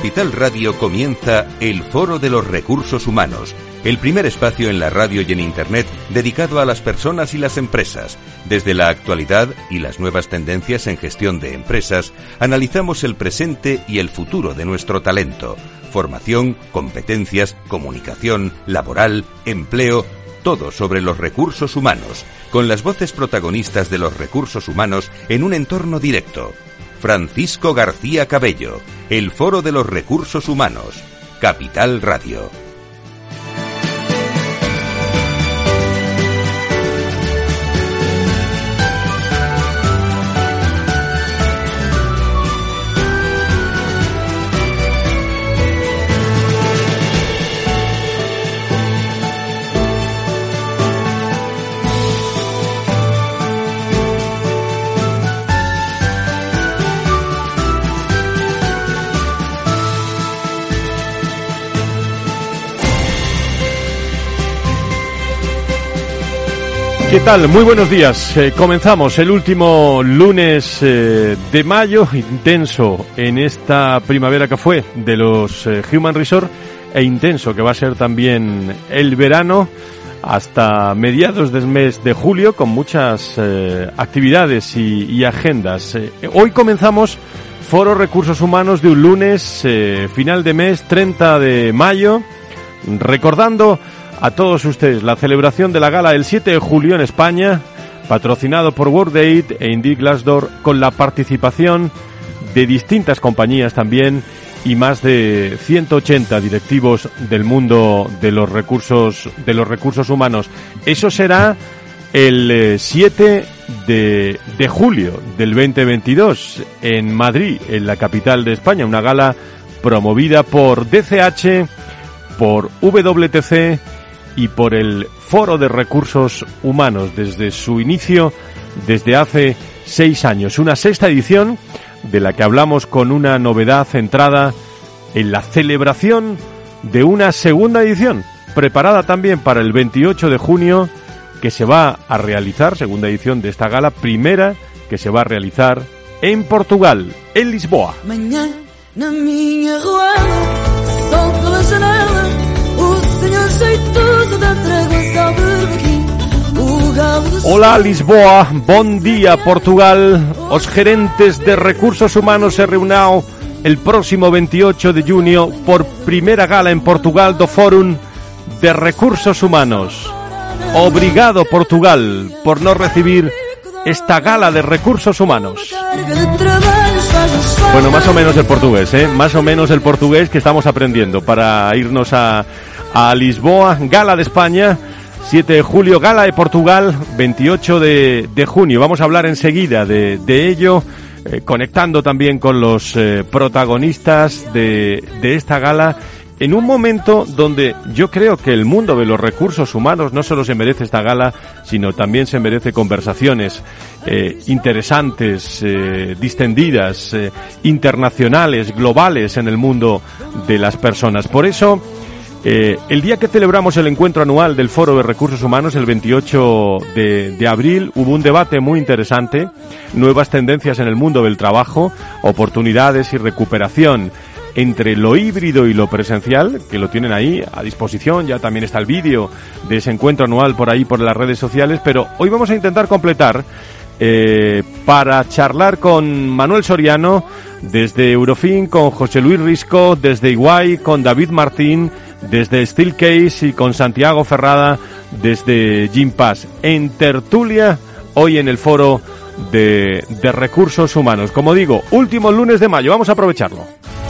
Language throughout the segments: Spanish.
Capital Radio comienza el Foro de los Recursos Humanos, el primer espacio en la radio y en Internet dedicado a las personas y las empresas. Desde la actualidad y las nuevas tendencias en gestión de empresas, analizamos el presente y el futuro de nuestro talento. Formación, competencias, comunicación, laboral, empleo, todo sobre los recursos humanos, con las voces protagonistas de los recursos humanos en un entorno directo. Francisco García Cabello, el Foro de los Recursos Humanos, Capital Radio. ¿Qué tal? Muy buenos días. Comenzamos el último lunes de mayo, intenso en esta primavera que fue de los Human Resource e intenso que va a ser también el verano hasta mediados del mes de julio con muchas actividades y agendas. Hoy comenzamos Foro Recursos Humanos de un lunes, final de mes, 30 de mayo, recordando a todos ustedes la celebración de la gala del 7 de julio en España, patrocinado por WorldAid e Indeed Glassdoor, con la participación de distintas compañías también y más de 180 directivos del mundo de los recursos humanos. Eso será el 7 de julio del 2022 en Madrid, en la capital de España, una gala promovida por DCH, por WTC y por el Foro de Recursos Humanos desde su inicio, desde hace 6 años. Una sexta edición de la que hablamos con una novedad centrada en la celebración de una segunda edición, preparada también para el 28 de junio, que se va a realizar, segunda edición de esta gala, primera que se va a realizar en Portugal, en Lisboa. Mañana na minha rua, sol pela janela, Señor xeitoso da tregua ao berbequim. Hola Lisboa, bon día Portugal. Os gerentes de recursos humanos se reúnen el próximo 28 de junio por primeira gala en Portugal do Fórum de Recursos Humanos. Obrigado Portugal por no recibir esta gala de recursos humanos. Bueno, más o menos el portugués, más o menos el portugués que estamos aprendiendo para irnos a Lisboa, gala de España, 7 de julio, gala de Portugal, 28 de junio. Vamos a hablar enseguida de ello, conectando también con los protagonistas de esta gala, en un momento donde yo creo que el mundo de los recursos humanos no solo se merece esta gala, sino también se merece conversaciones interesantes, distendidas, internacionales, globales en el mundo de las personas. Por eso, el día que celebramos el encuentro anual del Foro de Recursos Humanos, el 28 de abril, hubo un debate muy interesante, nuevas tendencias en el mundo del trabajo, oportunidades y recuperación entre lo híbrido y lo presencial, que lo tienen ahí a disposición, ya también está el vídeo de ese encuentro anual por ahí por las redes sociales, pero hoy vamos a intentar completar para charlar con Manuel Soriano desde Eurofin, con José Luis Risco, desde Iguay, con David Martín, desde Steelcase y con Santiago Ferrada desde Gympass, en tertulia hoy en el Foro de Recursos Humanos. Como digo, último lunes de mayo, vamos a aprovecharlo.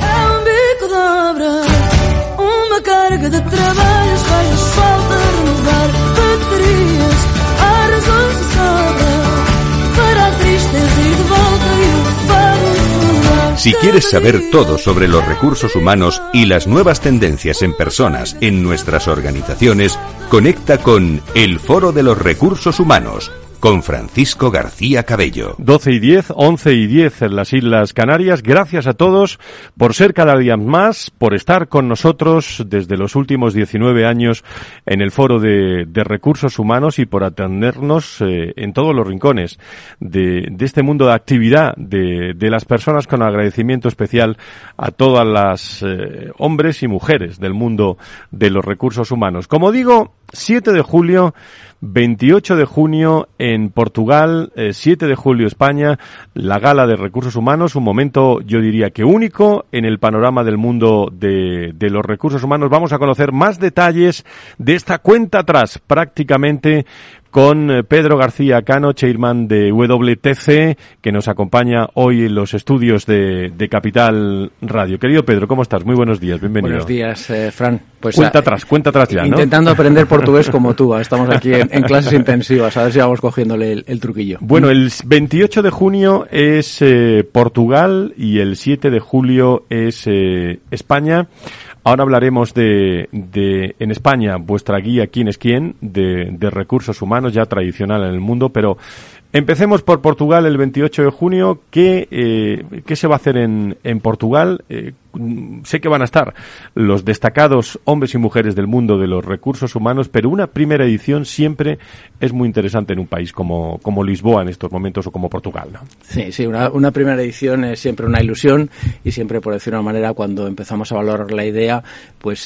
Uma carga de trabalhos faz falta renovar baterias. Há razões de sobra para a tristeza ir de volta e o fado. Si quieres saber todo sobre los recursos humanos y las nuevas tendencias en personas en nuestras organizaciones, conecta con el Foro de los Recursos Humanos, con Francisco García Cabello. 12:10, 11:10 en las Islas Canarias. Gracias a todos por ser cada día más, por estar con nosotros desde los últimos 19 años en el Foro de Recursos Humanos y por atendernos en todos los rincones de este mundo de actividad de las personas, con agradecimiento especial a todas las hombres y mujeres del mundo de los recursos humanos. Como digo, 7 de julio, 28 de junio en Portugal, 7 de julio España, la Gala de Recursos Humanos, un momento yo diría que único en el panorama del mundo de los recursos humanos. Vamos a conocer más detalles de esta cuenta atrás prácticamente con Pedro García Cano, chairman de WTC, que nos acompaña hoy en los estudios de Capital Radio. Querido Pedro, ¿cómo estás? Muy buenos días, bienvenido. Buenos días, Fran. Pues cuenta atrás ya, ¿no? Intentando aprender portugués como tú. Estamos aquí en clases intensivas, a ver si vamos cogiéndole el truquillo. Bueno, el 28 de junio es Portugal y el 7 de julio es España. Ahora hablaremos de en España, vuestra guía ¿Quién es quién? De recursos humanos, ya tradicional en el mundo, pero empecemos por Portugal el 28 de junio. ¿Qué se va a hacer en Portugal? Sé que van a estar los destacados hombres y mujeres del mundo de los recursos humanos, pero una primera edición siempre es muy interesante en un país como Lisboa en estos momentos, o como Portugal, ¿no? Sí, una primera edición es siempre una ilusión, y siempre, por decir una manera, cuando empezamos a valorar la idea, pues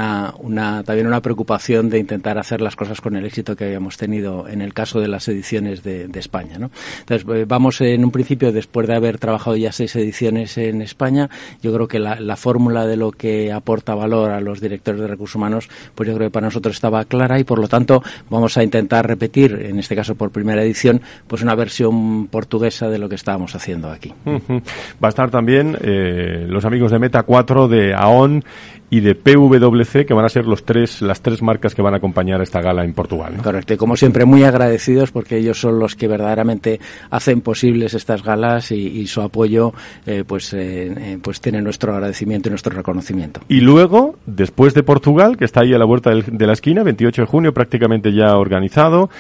también una preocupación de intentar hacer las cosas con el éxito que habíamos tenido en el caso de las ediciones de España, ¿no? Entonces, vamos en un principio, después de haber trabajado ya 6 ediciones en España, yo creo que la fórmula de lo que aporta valor a los directores de recursos humanos, pues yo creo que para nosotros estaba clara, y por lo tanto vamos a intentar repetir, en este caso por primera edición, pues una versión portuguesa de lo que estábamos haciendo aquí. Va a estar también los amigos de Meta 4, de AON y de PwC, que van a ser las tres marcas que van a acompañar a esta gala en Portugal, ¿no? Correcto, y como siempre muy agradecidos, porque ellos son los que verdaderamente hacen posibles estas galas, y su apoyo pues tiene nuestro agradecimiento y nuestro reconocimiento. Y luego, después de Portugal, que está ahí a la vuelta de la esquina, 28 de junio prácticamente ya organizado,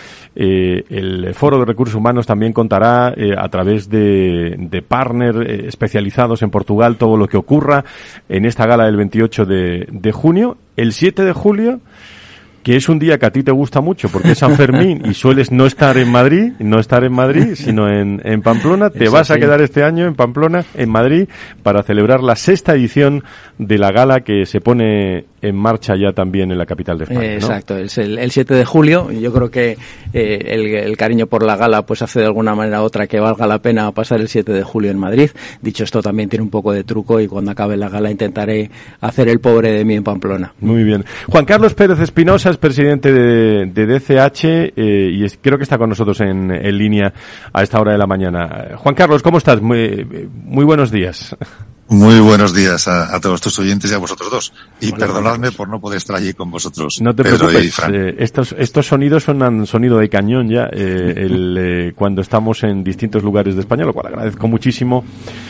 el Foro de Recursos Humanos también contará a través de partners especializados en Portugal todo lo que ocurra en esta gala del 28 de junio. El 7 de julio, que es un día que a ti te gusta mucho porque es San Fermín y sueles no estar en Madrid, sino en Pamplona. Te vas a quedar este año en Pamplona, en Madrid, para celebrar la 6ª edición de la gala, que se pone en marcha ya también en la capital de España, ¿no? Exacto, es el 7 de julio. Yo creo que el cariño por la gala pues hace de alguna manera otra que valga la pena pasar el 7 de julio en Madrid. Dicho esto, también tiene un poco de truco, y cuando acabe la gala intentaré hacer el pobre de mí en Pamplona. Muy bien. Juan Carlos Pérez Espinosa es presidente de DCH y creo que está con nosotros en línea a esta hora de la mañana. Juan Carlos, ¿cómo estás? Muy buenos días. Muy buenos días a todos tus oyentes y a vosotros dos. Y perdonadme por no poder estar allí con vosotros. No te preocupes. Estos sonidos son sonido de cañón ya, cuando estamos en distintos lugares de España, lo cual agradezco muchísimo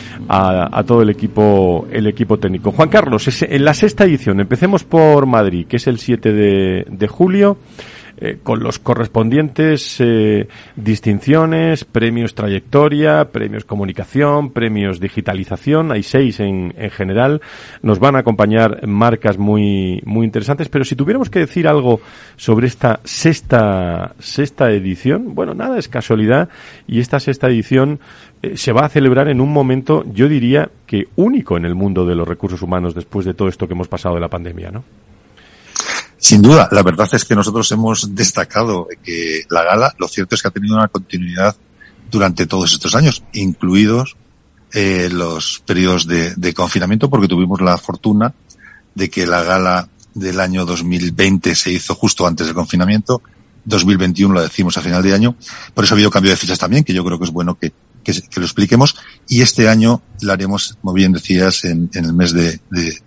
a todo el equipo técnico. Juan Carlos, en la 6ª edición, empecemos por Madrid, que es el 7 de julio. Con los correspondientes distinciones, premios trayectoria, premios comunicación, premios digitalización. Hay 6 en general. Nos van a acompañar marcas muy interesantes. Pero si tuviéramos que decir algo sobre esta sexta edición, bueno, nada es casualidad, y esta 6ª edición se va a celebrar en un momento, yo diría que único en el mundo de los recursos humanos, después de todo esto que hemos pasado de la pandemia, ¿no? Sin duda, la verdad es que nosotros hemos destacado que la gala, lo cierto es que ha tenido una continuidad durante todos estos años, incluidos los periodos de confinamiento, porque tuvimos la fortuna de que la gala del año 2020 se hizo justo antes del confinamiento, 2021 la decimos a final de año, por eso ha habido cambio de fechas también, que yo creo que es bueno que lo expliquemos, y este año la haremos, como bien decías, en el mes de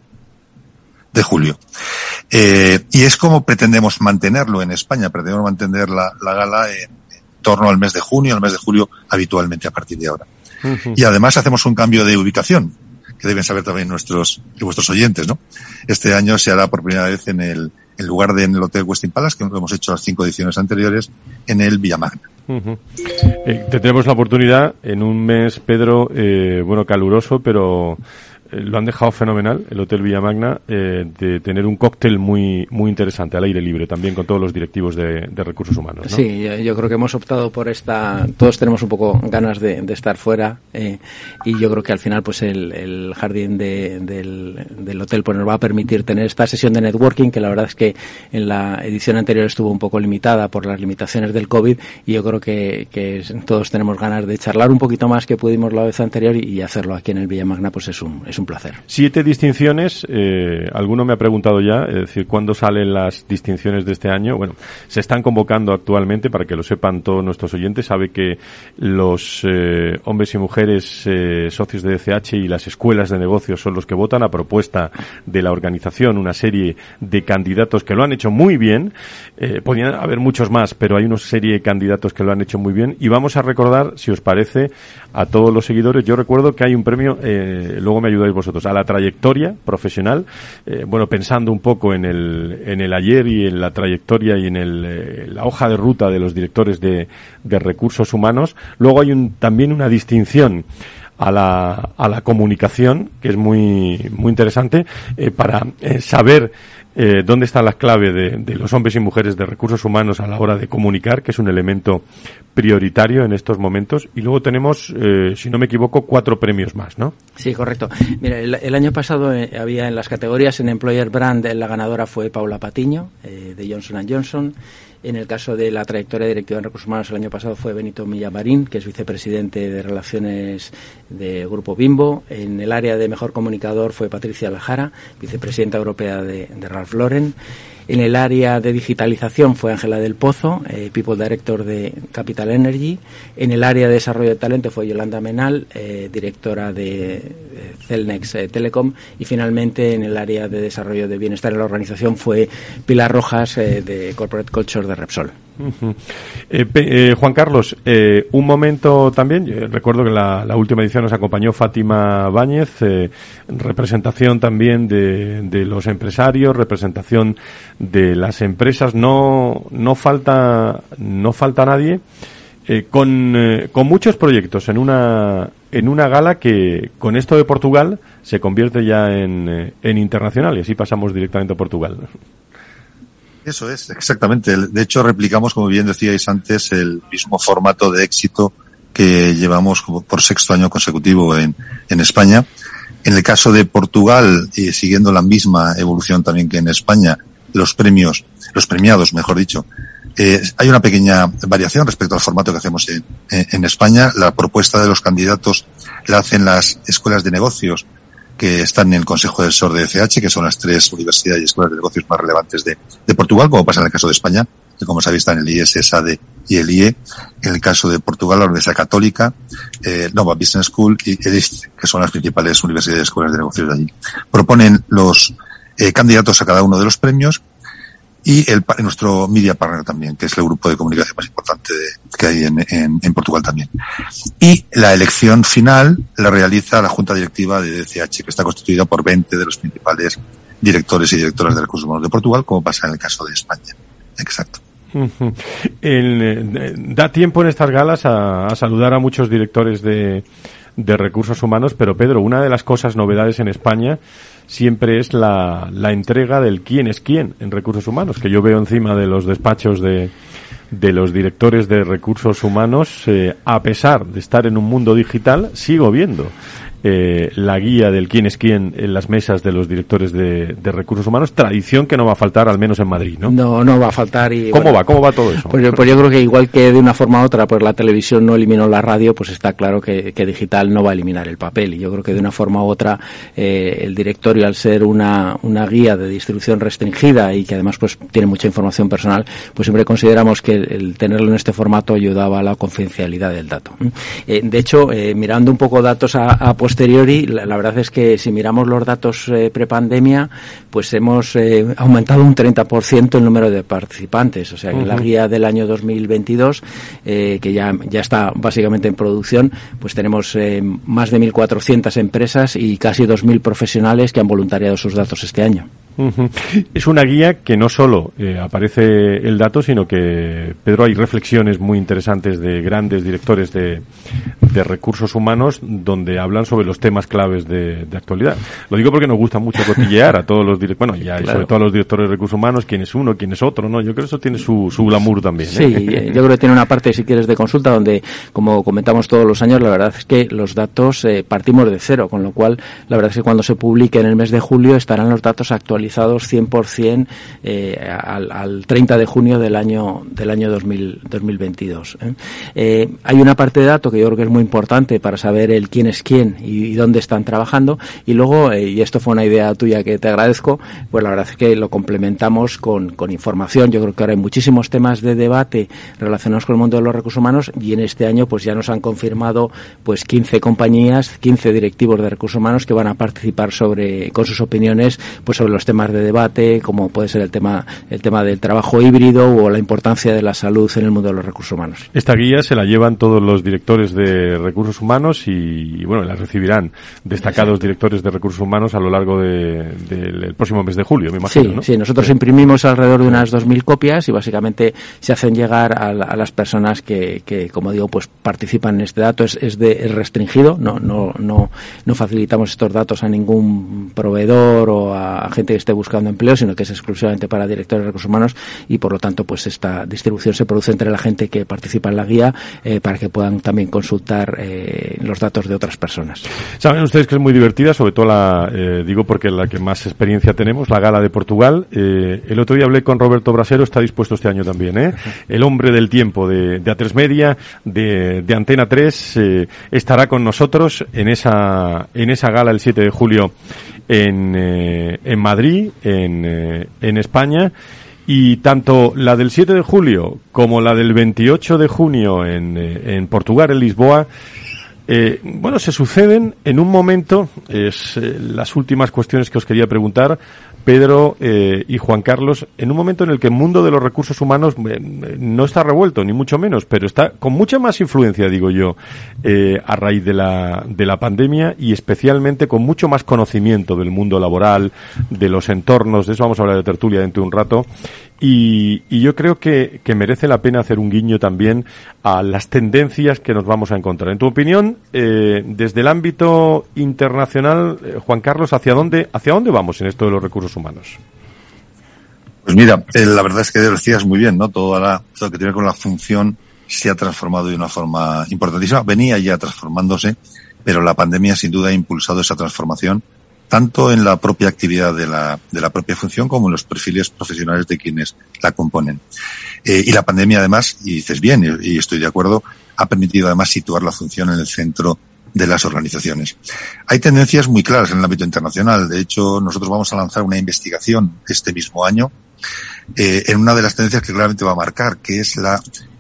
julio. Y es como pretendemos mantenerlo en España. Pretendemos mantener la gala en torno al mes de junio, al mes de julio, habitualmente a partir de ahora. Uh-huh. Y además hacemos un cambio de ubicación, que deben saber también vuestros oyentes, ¿no? Este año se hará por primera vez en lugar de en el Hotel Westin Palace, que lo hemos hecho las 5 ediciones anteriores, en el Villamagna. Tendremos la oportunidad en un mes, Pedro, caluroso, pero lo han dejado fenomenal, el Hotel Villamagna, de tener un cóctel muy muy interesante al aire libre, también con todos los directivos de recursos humanos, ¿no? Sí, yo creo que hemos optado por todos tenemos un poco ganas de estar fuera, y yo creo que al final pues el jardín del hotel pues nos va a permitir tener esta sesión de networking, que la verdad es que en la edición anterior estuvo un poco limitada por las limitaciones del COVID, y yo creo que todos tenemos ganas de charlar un poquito más que pudimos la vez anterior, y hacerlo aquí en el Villamagna pues es un placer. 7 distinciones, alguno me ha preguntado ya, es decir, ¿cuándo salen las distinciones de este año? Bueno, se están convocando actualmente, para que lo sepan todos nuestros oyentes. Sabe que los hombres y mujeres socios de DCH y las escuelas de negocios son los que votan a propuesta de la organización, una serie de candidatos que lo han hecho muy bien. Podrían haber muchos más, pero hay una serie de candidatos que lo han hecho muy bien, y vamos a recordar, si os parece, a todos los seguidores. Yo recuerdo que hay un premio, luego me ayudáis vosotros, a la trayectoria profesional, pensando un poco en el ayer y en la trayectoria y en la hoja de ruta de los directores de recursos humanos. Luego hay también una distinción a la comunicación, que es muy muy interesante, para saber dónde está la clave de los hombres y mujeres de recursos humanos a la hora de comunicar, que es un elemento prioritario en estos momentos. Y luego tenemos, si no me equivoco, 4 premios más, ¿no? Sí, correcto. Mira, el año pasado había en las categorías en Employer Brand, la ganadora fue Paula Patiño, de Johnson & Johnson. En el caso de la trayectoria directiva en recursos humanos, el año pasado fue Benito Millamarín, que es vicepresidente de Relaciones de Grupo Bimbo. En el área de mejor comunicador fue Patricia Lajara, vicepresidenta europea de Ralph Lauren. En el área de digitalización fue Ángela del Pozo, People Director de Capital Energy. En el área de desarrollo de talento fue Yolanda Menal, directora de Celnex Telecom. Y finalmente en el área de desarrollo de bienestar en la organización fue Pilar Rojas, de Corporate Culture de Repsol. Juan Carlos, un momento también, recuerdo que la última edición nos acompañó Fátima Báñez, representación también de los empresarios, representación de las empresas. No falta nadie, con muchos proyectos en una gala que con esto de Portugal se convierte ya en internacional, y así pasamos directamente a Portugal. Eso es, exactamente. De hecho, replicamos, como bien decíais antes, el mismo formato de éxito que llevamos por 6º año consecutivo en España. En el caso de Portugal, y siguiendo la misma evolución también que en España, los premiados, mejor dicho, hay una pequeña variación respecto al formato que hacemos en España. La propuesta de los candidatos la hacen las escuelas de negocios que están en el Consejo Asesor de DCH, que son las 3 universidades y escuelas de negocios más relevantes de Portugal, como pasa en el caso de España, que como sabéis están en el IES, SADE y el IE. En el caso de Portugal, la Universidad Católica, Nova Business School y EDIST, que son las principales universidades y escuelas de negocios de allí. Proponen los candidatos a cada uno de los premios, y nuestro media partner también, que es el grupo de comunicación más importante que hay en Portugal también. Y la elección final la realiza la Junta Directiva de DCH, que está constituida por 20 de los principales directores y directoras de recursos humanos de Portugal, como pasa en el caso de España. Exacto. Da tiempo en estas galas a saludar a muchos directores de recursos humanos, pero Pedro, una de las novedades en España siempre es la entrega del quién es quién en recursos humanos, que yo veo encima de los despachos de los directores de recursos humanos. A pesar de estar en un mundo digital, sigo viendo la guía del quién es quién en las mesas de los directores de recursos humanos, tradición que no va a faltar, al menos en Madrid, ¿no? No va a faltar. Y ¿Cómo va todo eso? Pues yo creo que igual que de una forma u otra, pues la televisión no eliminó la radio, pues está claro que digital no va a eliminar el papel, y yo creo que de una forma u otra el directorio, al ser una guía de distribución restringida y que además pues tiene mucha información personal, pues siempre consideramos que el tenerlo en este formato ayudaba a la confidencialidad del dato. De hecho, mirando un poco datos a posteriori, posteriori, la verdad es que si miramos los datos prepandemia, pues hemos aumentado un 30% el número de participantes. O sea, en la guía del año 2022, que ya está básicamente en producción, pues tenemos más de 1.400 empresas y casi 2.000 profesionales que han voluntariado sus datos este año. Es una guía que no solo aparece el dato, sino que, Pedro, hay reflexiones muy interesantes de grandes directores de recursos humanos donde hablan sobre los temas claves de actualidad. Lo digo porque nos gusta mucho cotillear a todos los directores, y sobre todo a los directores de recursos humanos, quién es uno, quién es otro, ¿no? Yo creo que eso tiene su glamour también, ¿eh? Sí, yo creo que tiene una parte, si quieres, de consulta donde, como comentamos todos los años, la verdad es que los datos partimos de cero, con lo cual, la verdad es que cuando se publique en el mes de julio estarán los datos actualizados 100% al 30 de junio del año 2022. Hay una parte de dato que yo creo que es muy importante para saber el quién es quién y dónde están trabajando, y luego, y esto fue una idea tuya que te agradezco, pues la verdad es que lo complementamos con información. Yo creo que ahora hay muchísimos temas de debate relacionados con el mundo de los recursos humanos, y en este año pues ya nos han confirmado pues 15 compañías, 15 directivos de recursos humanos que van a participar con sus opiniones pues sobre los temas de debate, como puede ser el tema del trabajo híbrido o la importancia de la salud en el mundo de los recursos humanos. Esta guía se la llevan todos los directores de recursos humanos y bueno, la recibirán destacados directores de recursos humanos a lo largo del próximo mes de julio, me imagino, sí, ¿no? Sí, nosotros imprimimos alrededor de unas 2.000 copias y básicamente se hacen llegar a las personas que, como digo, pues participan en este dato. Es restringido, no facilitamos estos datos a ningún proveedor o a gente que esté buscando empleo, sino que es exclusivamente para directores de recursos humanos, y por lo tanto pues esta distribución se produce entre la gente que participa en la guía para que puedan también consultar los datos de otras personas. Saben ustedes que es muy divertida, sobre todo digo porque la que más experiencia tenemos, la Gala de Portugal. El otro día hablé con Roberto Brasero, está dispuesto este año también, el hombre del tiempo de A3 Media, de Antena 3, estará con nosotros en esa gala el 7 de julio en Madrid, en España, y tanto la del 7 de julio como la del 28 de junio en Portugal, en Lisboa, se suceden en un momento, las últimas cuestiones que os quería preguntar, Pedro y Juan Carlos, en un momento en el que el mundo de los recursos humanos no está revuelto, ni mucho menos, pero está con mucha más influencia, digo yo, a raíz de la pandemia, y especialmente con mucho más conocimiento del mundo laboral, de los entornos. De eso vamos a hablar de tertulia dentro de un rato, y yo creo que merece la pena hacer un guiño también a las tendencias que nos vamos a encontrar. En tu opinión, desde el ámbito internacional, Juan Carlos, ¿hacia dónde vamos en esto de los recursos humanos? Pues mira, la verdad es que decías muy bien, ¿no? Todo lo que tiene que ver con la función se ha transformado de una forma importantísima. Venía ya transformándose, pero la pandemia sin duda ha impulsado esa transformación, tanto en la propia actividad de la propia función como en los perfiles profesionales de quienes la componen. Y la pandemia además, y dices bien, y estoy de acuerdo, ha permitido además situar la función en el centro de las organizaciones. Hay tendencias muy claras en el ámbito internacional. De hecho, nosotros vamos a lanzar una investigación este mismo año en una de las tendencias que claramente va a marcar, que es la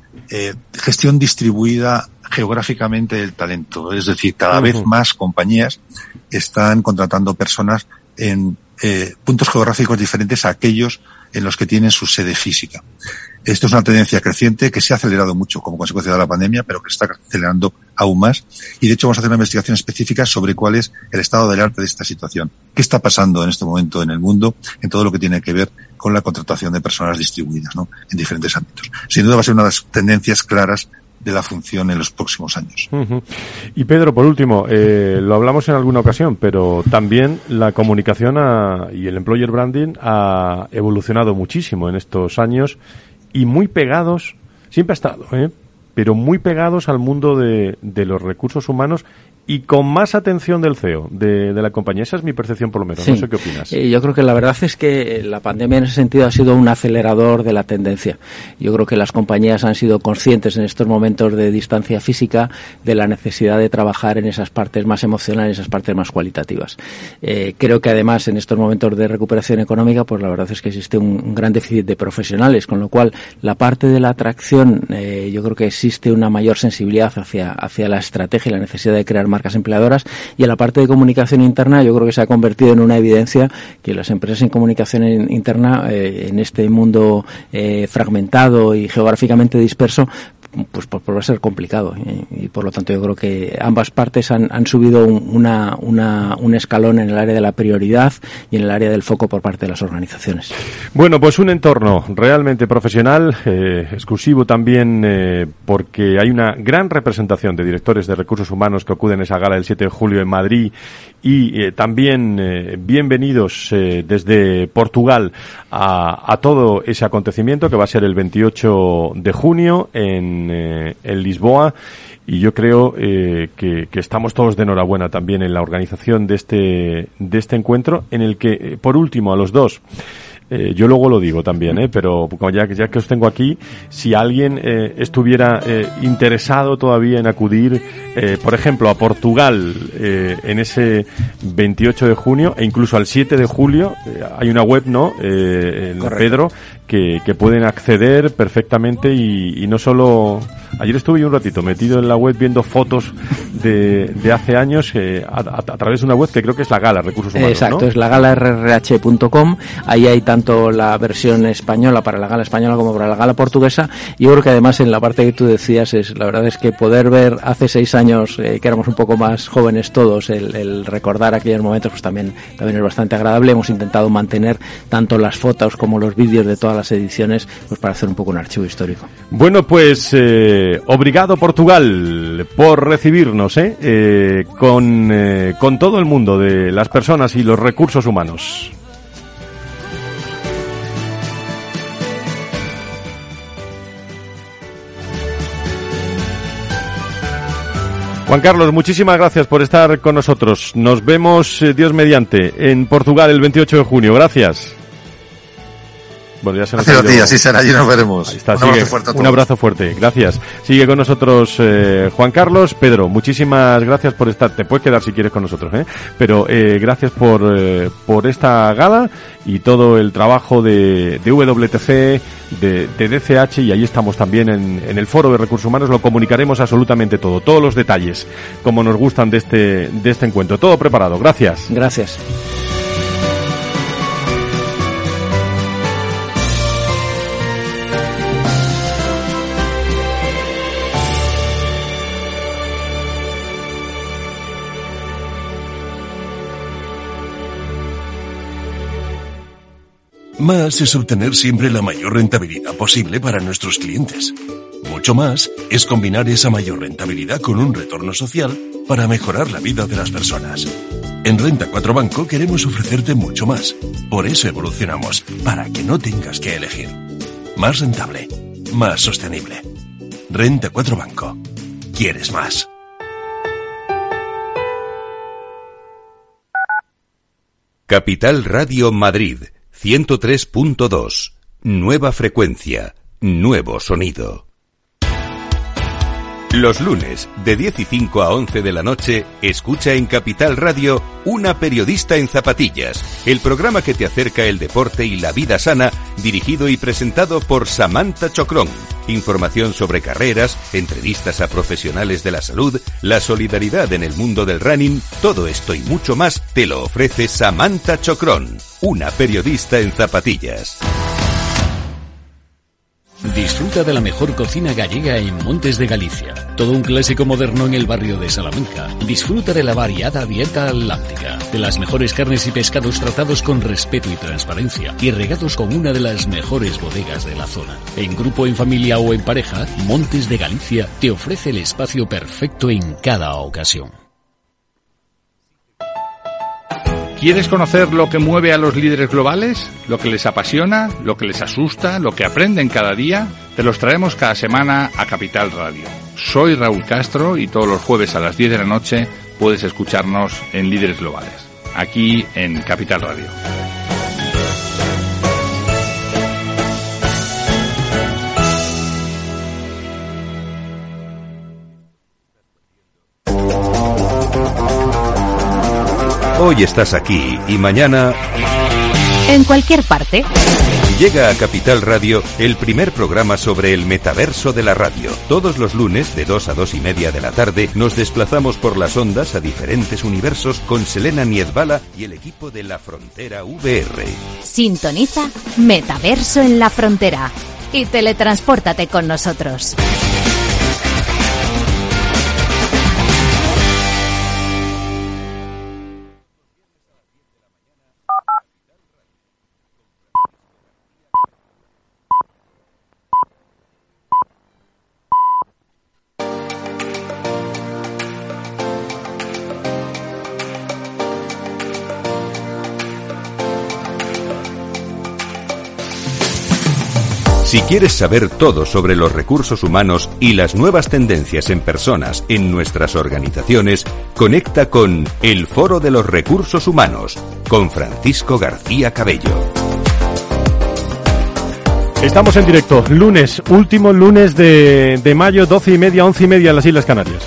gestión distribuida geográficamente del talento. Es decir, cada vez más compañías están contratando personas en puntos geográficos diferentes a aquellos en los que tienen su sede física. Esto es una tendencia creciente que se ha acelerado mucho como consecuencia de la pandemia, pero que se está acelerando aún más. Y de hecho vamos a hacer una investigación específica sobre cuál es el estado del arte de esta situación. ¿Qué está pasando en este momento en el mundo en todo lo que tiene que ver con la contratación de personas distribuidas, ¿no? En diferentes ámbitos? Sin duda va a ser una de las tendencias claras de la función en los próximos años. Y Pedro, por último, lo hablamos en alguna ocasión, pero también la comunicación y el employer branding ha evolucionado muchísimo en estos años, y muy pegados, siempre ha estado, pero muy pegados al mundo de los recursos humanos, y con más atención del CEO, de la compañía. Esa es mi percepción, por lo menos. Sí. No sé qué opinas. Yo creo que la verdad es que la pandemia en ese sentido ha sido un acelerador de la tendencia. Yo creo que las compañías han sido conscientes en estos momentos de distancia física de la necesidad de trabajar en esas partes más emocionales, esas partes más cualitativas. Creo que además en estos momentos de recuperación económica, pues la verdad es que existe un gran déficit de profesionales, con lo cual la parte de la atracción, yo creo que existe una mayor sensibilidad hacia la estrategia y la necesidad de crear marcas empleadoras. Y en la parte de comunicación interna yo creo que se ha convertido en una evidencia que las empresas en comunicación interna, en este mundo fragmentado y geográficamente disperso, pues va a ser complicado, y por lo tanto yo creo que ambas partes han subido un escalón en el área de la prioridad y en el área del foco por parte de las organizaciones. Bueno, pues un entorno realmente profesional, exclusivo también porque hay una gran representación de directores de recursos humanos que acuden a esa gala del 7 de julio en Madrid, y también bienvenidos desde Portugal a todo ese acontecimiento que va a ser el 28 de junio en Lisboa, y yo creo que estamos todos de enhorabuena también en la organización de este encuentro, en el que, por último, a los dos, yo luego lo digo también, pero ya que os tengo aquí, si alguien estuviera interesado todavía en acudir, por ejemplo, a Portugal en ese 28 de junio e incluso al 7 de julio, hay una web, ¿no? Pedro, que pueden acceder perfectamente y no solo... Ayer estuve yo un ratito metido en la web viendo fotos de hace años a través de una web que creo que es la Gala Recursos Humanos. Exacto, ¿no? Es la Gala rrh.com. Ahí hay tanto la versión española para la Gala española como para la Gala portuguesa. Y yo creo que además en la parte que tú decías, la verdad es que poder ver hace 6 años, que éramos un poco más jóvenes todos, el recordar aquellos momentos, pues también es bastante agradable. Hemos intentado mantener tanto las fotos como los vídeos de todas las ediciones, pues para hacer un poco un archivo histórico. Bueno, pues obrigado Portugal por recibirnos con todo el mundo de las personas y los recursos humanos. Juan Carlos, muchísimas gracias por estar con nosotros. Nos vemos, Dios mediante, en Portugal el 28 de junio. Gracias. Bueno, ya se nos ha ido. Así será, allí nos veremos. Ahí está, un abrazo fuerte a todos. Un abrazo fuerte, gracias. Sigue con nosotros Juan Carlos. Pedro, muchísimas gracias por estar. Te puedes quedar si quieres con nosotros, pero gracias por esta gala y todo el trabajo de WTC, de DCH, y ahí estamos también en el Foro de Recursos Humanos. Lo comunicaremos absolutamente todo, todos los detalles, como nos gustan de este encuentro. Todo preparado. Gracias. Gracias. Más es obtener siempre la mayor rentabilidad posible para nuestros clientes. Mucho más es combinar esa mayor rentabilidad con un retorno social para mejorar la vida de las personas. En Renta 4 Banco queremos ofrecerte mucho más. Por eso evolucionamos, para que no tengas que elegir. Más rentable, más sostenible. Renta 4 Banco. ¿Quieres más? Capital Radio Madrid 103.2. Nueva frecuencia, nuevo sonido. Los lunes, de 10:05 a 11 de la noche, escucha en Capital Radio Una periodista en zapatillas, el programa que te acerca el deporte y la vida sana, dirigido y presentado por Samantha Chocrón. Información sobre carreras, entrevistas a profesionales de la salud, la solidaridad en el mundo del running, todo esto y mucho más te lo ofrece Samantha Chocrón, una periodista en zapatillas. Disfruta de la mejor cocina gallega en Montes de Galicia. Todo un clásico moderno en el barrio de Salamanca. Disfruta de la variada dieta atlántica, de las mejores carnes y pescados tratados con respeto y transparencia y regados con una de las mejores bodegas de la zona. En grupo, en familia o en pareja, Montes de Galicia te ofrece el espacio perfecto en cada ocasión. ¿Quieres conocer lo que mueve a los líderes globales? ¿Lo que les apasiona? ¿Lo que les asusta? ¿Lo que aprenden cada día? Te los traemos cada semana a Capital Radio. Soy Raúl Castro y todos los jueves a las 10 de la noche puedes escucharnos en Líderes Globales, aquí en Capital Radio. Hoy estás aquí y mañana en cualquier parte. Llega a Capital Radio el primer programa sobre el metaverso de la radio. Todos los lunes, de 2 a 2 y media de la tarde, nos desplazamos por las ondas a diferentes universos con Selena Niezbala y el equipo de La Frontera VR. Sintoniza Metaverso en la Frontera y teletranspórtate con nosotros. Si quieres saber todo sobre los recursos humanos y las nuevas tendencias en personas en nuestras organizaciones, conecta con El Foro de los Recursos Humanos, con Francisco García Cabello. Estamos en directo, lunes, último lunes de mayo, 12 y media, 11 y media en las Islas Canarias.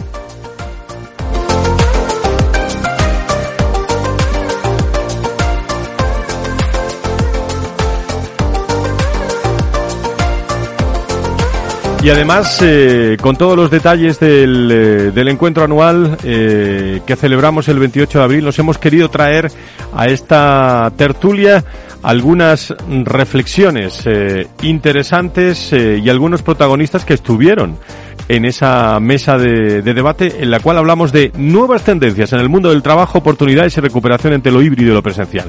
Y además, con todos los detalles del encuentro anual que celebramos el 28 de abril, nos hemos querido traer a esta tertulia algunas reflexiones interesantes y algunos protagonistas que estuvieron en esa mesa de debate en la cual hablamos de nuevas tendencias en el mundo del trabajo, oportunidades y recuperación entre lo híbrido y lo presencial.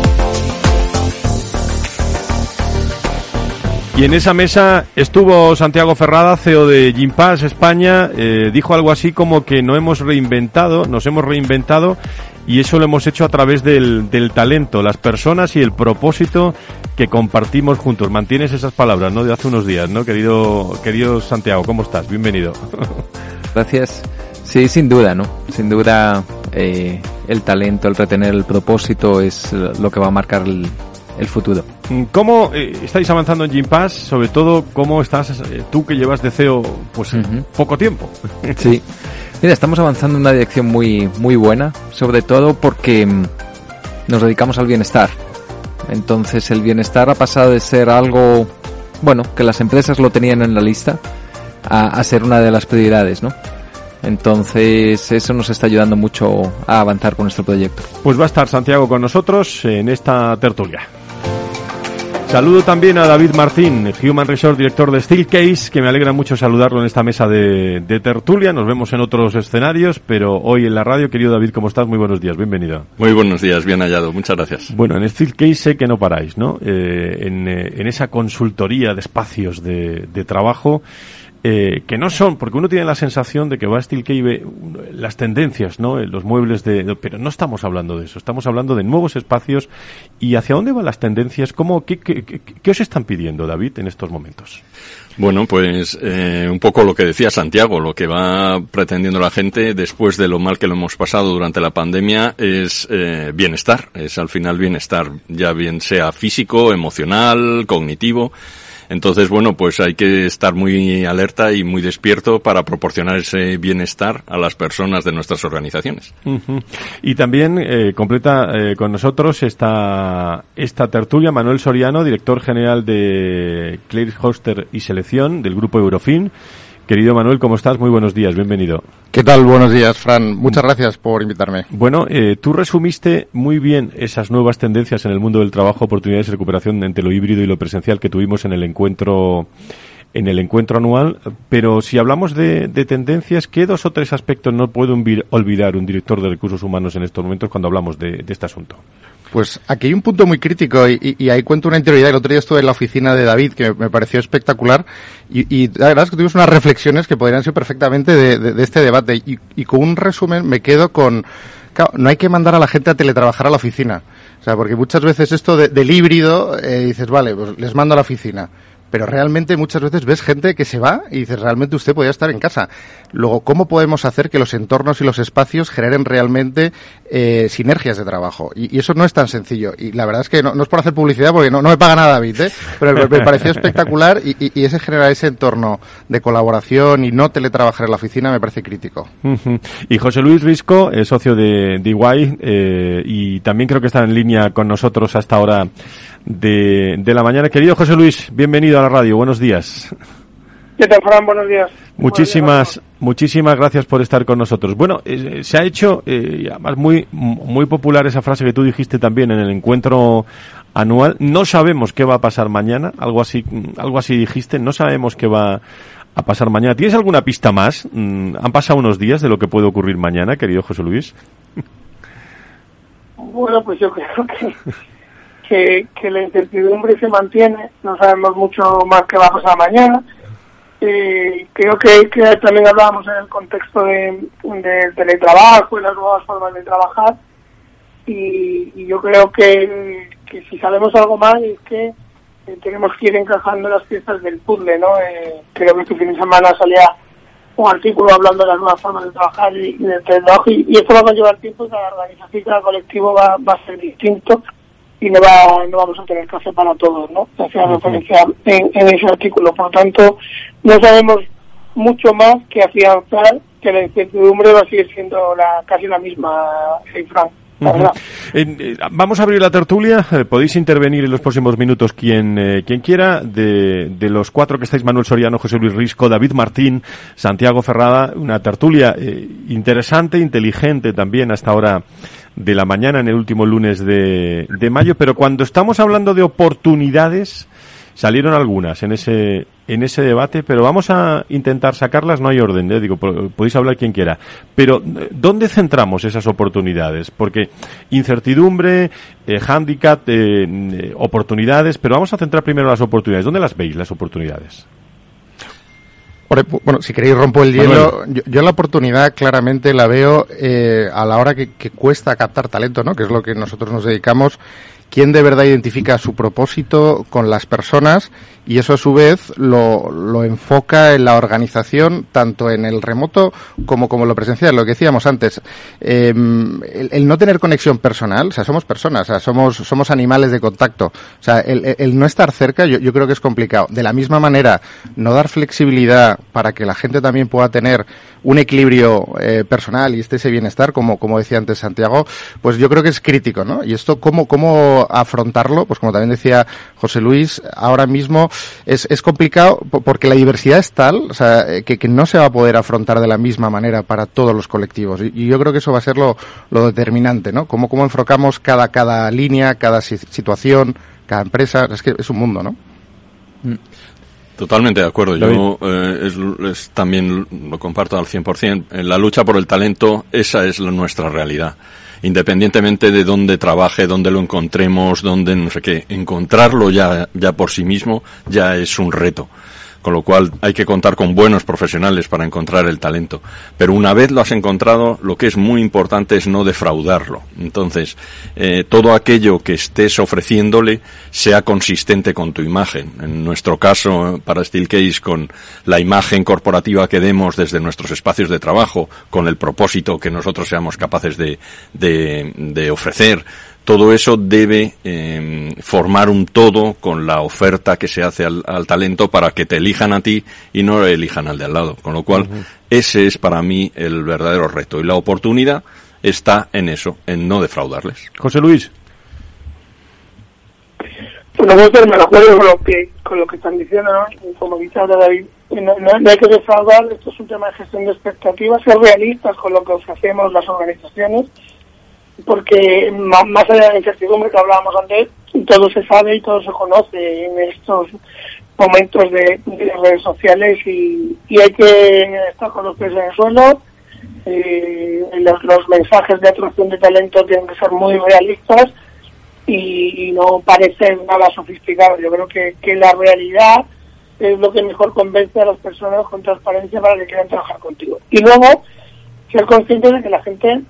Y en esa mesa estuvo Santiago Ferrada, CEO de Gympass España, dijo algo así como que nos hemos reinventado y eso lo hemos hecho a través del talento, las personas y el propósito que compartimos juntos. Mantienes esas palabras, ¿no?, de hace unos días, ¿no? Querido Santiago, ¿cómo estás? Bienvenido. Gracias. Sí, sin duda, ¿no? Sin duda el talento, el retener el propósito es lo que va a marcar el futuro. ¿Cómo estáis avanzando en Gympass? Sobre todo, ¿cómo estás tú que llevas de CEO pues poco tiempo? Sí, mira, estamos avanzando en una dirección muy muy buena, sobre todo porque nos dedicamos al bienestar. Entonces el bienestar ha pasado de ser algo, bueno, que las empresas lo tenían en la lista, a ser una de las prioridades, ¿no? Entonces eso nos está ayudando mucho a avanzar con nuestro proyecto. Pues va a estar Santiago con nosotros en esta tertulia. Saludo también a David Martín, Human Resource, director de Steelcase, que me alegra mucho saludarlo en esta mesa de tertulia. Nos vemos en otros escenarios, pero hoy en la radio. Querido David, ¿cómo estás? Muy buenos días, bienvenido. Muy buenos días, bien hallado, muchas gracias. Bueno, en Steelcase sé que no paráis, ¿no? En esa consultoría de espacios de trabajo, que no son, porque uno tiene la sensación de que va a Steelcase y ve las tendencias, ¿no? Los muebles pero no estamos hablando de eso, estamos hablando de nuevos espacios. ¿Y hacia dónde van las tendencias? ¿Qué os están pidiendo, David, en estos momentos? Bueno, pues un poco lo que decía Santiago, lo que va pretendiendo la gente después de lo mal que lo hemos pasado durante la pandemia es bienestar, es al final bienestar, ya bien sea físico, emocional, cognitivo. Entonces, bueno, pues hay que estar muy alerta y muy despierto para proporcionar ese bienestar a las personas de nuestras organizaciones. Uh-huh. Y también completa con nosotros esta tertulia Manuel Soriano, director general de Clear Hoster y Selección del Grupo Eurofin. Querido Manuel, ¿cómo estás? Muy buenos días, bienvenido. ¿Qué tal? Buenos días, Fran. Muchas gracias por invitarme. Bueno, tú resumiste muy bien esas nuevas tendencias en el mundo del trabajo, oportunidades y recuperación entre lo híbrido y lo presencial que tuvimos en el encuentro anual, pero si hablamos de tendencias, ¿qué 2 o 3 aspectos no puede olvidar un director de recursos humanos en estos momentos cuando hablamos de este asunto? Pues aquí hay un punto muy crítico y ahí cuento una interioridad. El otro día estuve en la oficina de David, que me pareció espectacular, y la verdad es que tuvimos unas reflexiones que podrían ser perfectamente de este debate, y con un resumen me quedo con, claro, no hay que mandar a la gente a teletrabajar a la oficina. O sea, porque muchas veces esto del híbrido, dices, vale, pues les mando a la oficina. pero realmente muchas veces ves gente que se va y dices, realmente usted podría estar en casa. Luego, ¿cómo podemos hacer que los entornos y los espacios generen realmente sinergias de trabajo? Y eso no es tan sencillo. Y la verdad es que no es por hacer publicidad, porque no me paga nada David, pero me pareció espectacular y ese generar ese entorno de colaboración y no teletrabajar en la oficina me parece crítico. Y José Luis Risco, socio de EY, y también creo que está en línea con nosotros hasta ahora de la mañana. Querido José Luis, bienvenido a la radio, buenos días. ¿Qué tal, Fran? Buenos días. Muchísimas gracias por estar con nosotros. Bueno, se ha hecho, además muy popular esa frase que tú dijiste también en el encuentro anual. No sabemos qué va a pasar mañana, algo así dijiste, no sabemos qué va a pasar mañana. ¿Tienes alguna pista más? Han pasado unos días de lo que puede ocurrir mañana, querido José Luis. Bueno, pues yo creo que la incertidumbre se mantiene, no sabemos mucho más qué va a pasar mañana. Creo que también hablábamos en el contexto del teletrabajo y las nuevas formas de trabajar, y yo creo que si sabemos algo más es que tenemos que ir encajando las piezas del puzzle, ¿no? Creo que este fin de semana salía un artículo hablando de las nuevas formas de trabajar y del teletrabajo, y esto va a llevar tiempo, y cada organización, cada colectivo va a ser distinto, y no vamos a tener café para todos, ¿no? Hacía referencia en ese artículo. Por lo tanto, no sabemos mucho más que afianzar que la incertidumbre va a seguir siendo casi la misma, Fran. Vamos a abrir la tertulia. Podéis intervenir en los próximos minutos quien quiera. De los cuatro que estáis, Manuel Soriano, José Luis Risco, David Martín, Santiago Ferrada, una tertulia interesante, inteligente también hasta ahora de la mañana, en el último lunes de mayo. Pero cuando estamos hablando de oportunidades, salieron algunas en ese debate, pero vamos a intentar sacarlas. No hay orden, digo, podéis hablar quien quiera, pero ¿dónde centramos esas oportunidades? Porque incertidumbre, hándicap, oportunidades, pero vamos a centrar primero las oportunidades. ¿Dónde las veis, las oportunidades? Bueno, si queréis rompo el hielo. Yo la oportunidad claramente la veo a la hora que cuesta captar talento, ¿no? Que es lo que nosotros nos dedicamos. Quién de verdad identifica su propósito con las personas, y eso a su vez lo enfoca en la organización, tanto en el remoto como lo presencial, lo que decíamos antes. El no tener conexión personal, o sea, somos personas, o sea, somos animales de contacto. O sea, el no estar cerca, yo creo que es complicado. De la misma manera, no dar flexibilidad para que la gente también pueda tener un equilibrio personal y ese bienestar, como decía antes Santiago, pues yo creo que es crítico, ¿no? Y esto, ¿cómo afrontarlo? Pues como también decía José Luis, ahora mismo es complicado porque la diversidad es tal, o sea, que no se va a poder afrontar de la misma manera para todos los colectivos. Y yo creo que eso va a ser lo determinante, ¿no? Cómo enfocamos cada línea, cada situación, cada empresa. Es que es un mundo, ¿no? Totalmente de acuerdo. Yo también lo comparto al 100%. En la lucha por el talento, esa es nuestra realidad. Independientemente de dónde trabaje, dónde lo encontremos, dónde no sé qué, encontrarlo ya por sí mismo ya es un reto. Con lo cual hay que contar con buenos profesionales para encontrar el talento. Pero una vez lo has encontrado, lo que es muy importante es no defraudarlo. Entonces, todo aquello que estés ofreciéndole sea consistente con tu imagen. En nuestro caso, para Steelcase, con la imagen corporativa que demos desde nuestros espacios de trabajo, con el propósito que nosotros seamos capaces de ofrecer. Todo eso debe formar un todo con la oferta que se hace al talento para que te elijan a ti y no elijan al de al lado. Con lo cual, ese es para mí el verdadero reto. Y la oportunidad está en eso, en no defraudarles. José Luis. Bueno, voy a estar de acuerdo con lo que están diciendo, ¿no? Como dice ahora David, no hay que defraudar. Esto es un tema de gestión de expectativas, ser realistas con lo que ofrecemos las organizaciones, porque más allá de la incertidumbre que hablábamos antes, todo se sabe y todo se conoce en estos momentos de redes sociales, y hay que estar con los pies en el suelo. Los mensajes de atracción de talento tienen que ser muy realistas y no parecen nada sofisticados. Yo creo que la realidad es lo que mejor convence a las personas con transparencia para que quieran trabajar contigo. Y luego, ser conscientes de que la gente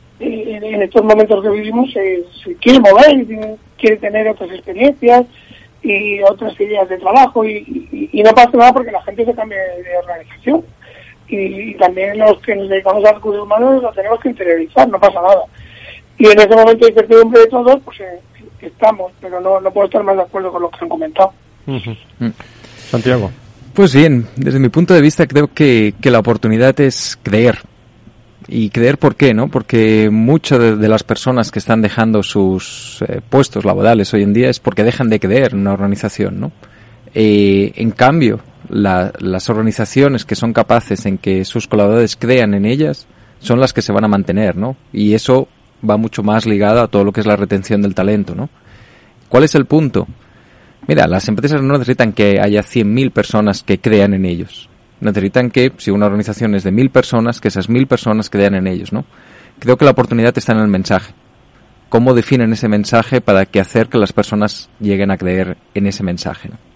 en estos momentos que vivimos se quiere mover, quiere tener otras experiencias, y otras ideas de trabajo y no pasa nada porque la gente se cambia de organización y también los que nos dedicamos a recursos humanos lo tenemos que interiorizar, no pasa nada. Y en ese momento de incertidumbre de todos, pues estamos, pero no puedo estar más de acuerdo con lo que han comentado. Santiago. Pues bien, desde mi punto de vista creo que la oportunidad es creer. ¿Y creer por qué, no? Porque muchas de las personas que están dejando sus puestos laborales hoy en día es porque dejan de creer en una organización, ¿no? En cambio, las organizaciones que son capaces en que sus colaboradores crean en ellas son las que se van a mantener, ¿no? Y eso va mucho más ligado a todo lo que es la retención del talento, ¿no? ¿Cuál es el punto? Mira, las empresas no necesitan que haya 100.000 personas que crean en ellos. Necesitan que, si una organización es de 1.000 personas, que esas 1.000 personas crean en ellos, ¿no? Creo que la oportunidad está en el mensaje. ¿Cómo definen ese mensaje para que hacer que las personas lleguen a creer en ese mensaje, ¿no?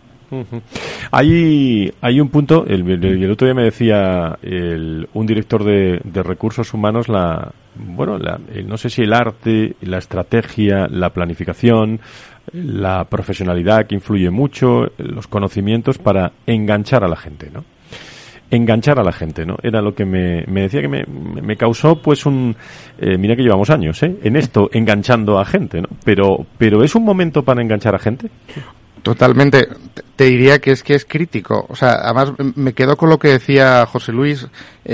Hay un punto, el otro día me decía un director de recursos humanos, no sé si el arte, la estrategia, la planificación, la profesionalidad que influye mucho, los conocimientos para enganchar a la gente, ¿no? Enganchar a la gente, ¿no? Era lo que me decía que me causó, pues, mira que llevamos años, en esto, enganchando a gente, ¿no? Pero ¿es un momento para enganchar a gente? Totalmente. Te diría que es crítico. O sea, además me quedo con lo que decía José Luis.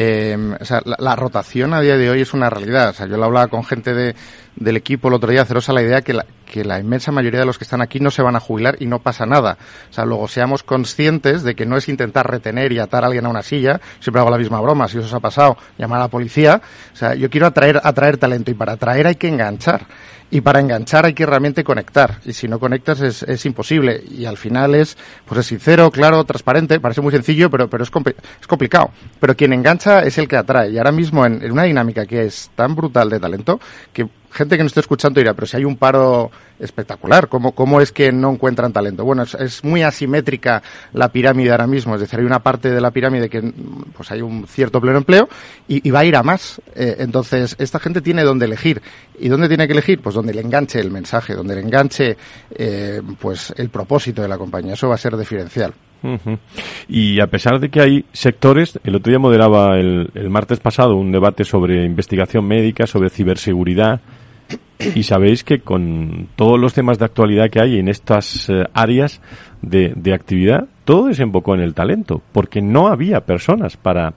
O sea, la rotación a día de hoy es una realidad. O sea, yo lo hablaba con gente del equipo el otro día, haceros a la idea que la inmensa mayoría de los que están aquí no se van a jubilar y no pasa nada. O sea, luego seamos conscientes de que no es intentar retener y atar a alguien a una silla. Siempre hago la misma broma. Si os ha pasado, llamar a la policía. O sea, yo quiero atraer talento y para atraer hay que enganchar. Y para enganchar hay que realmente conectar. Y si no conectas es imposible. Y al final es sincero, claro, transparente. Parece muy sencillo, pero es complicado. Pero quien engancha es el que atrae. Y ahora mismo en una dinámica que es tan brutal de talento, que gente que no esté escuchando dirá, pero si hay un paro espectacular, ¿cómo es que no encuentran talento? Bueno, es muy asimétrica la pirámide ahora mismo. Es decir, hay una parte de la pirámide que pues hay un cierto pleno empleo y va a ir a más. Entonces, esta gente tiene dónde elegir. ¿Y dónde tiene que elegir? Pues donde le enganche el mensaje, donde le enganche pues el propósito de la compañía. Eso va a ser diferencial. Uh-huh. Y a pesar de que hay sectores, el otro día moderaba el martes pasado un debate sobre investigación médica, sobre ciberseguridad, y sabéis que con todos los temas de actualidad que hay en estas áreas de actividad, todo desembocó en el talento, porque no había personas para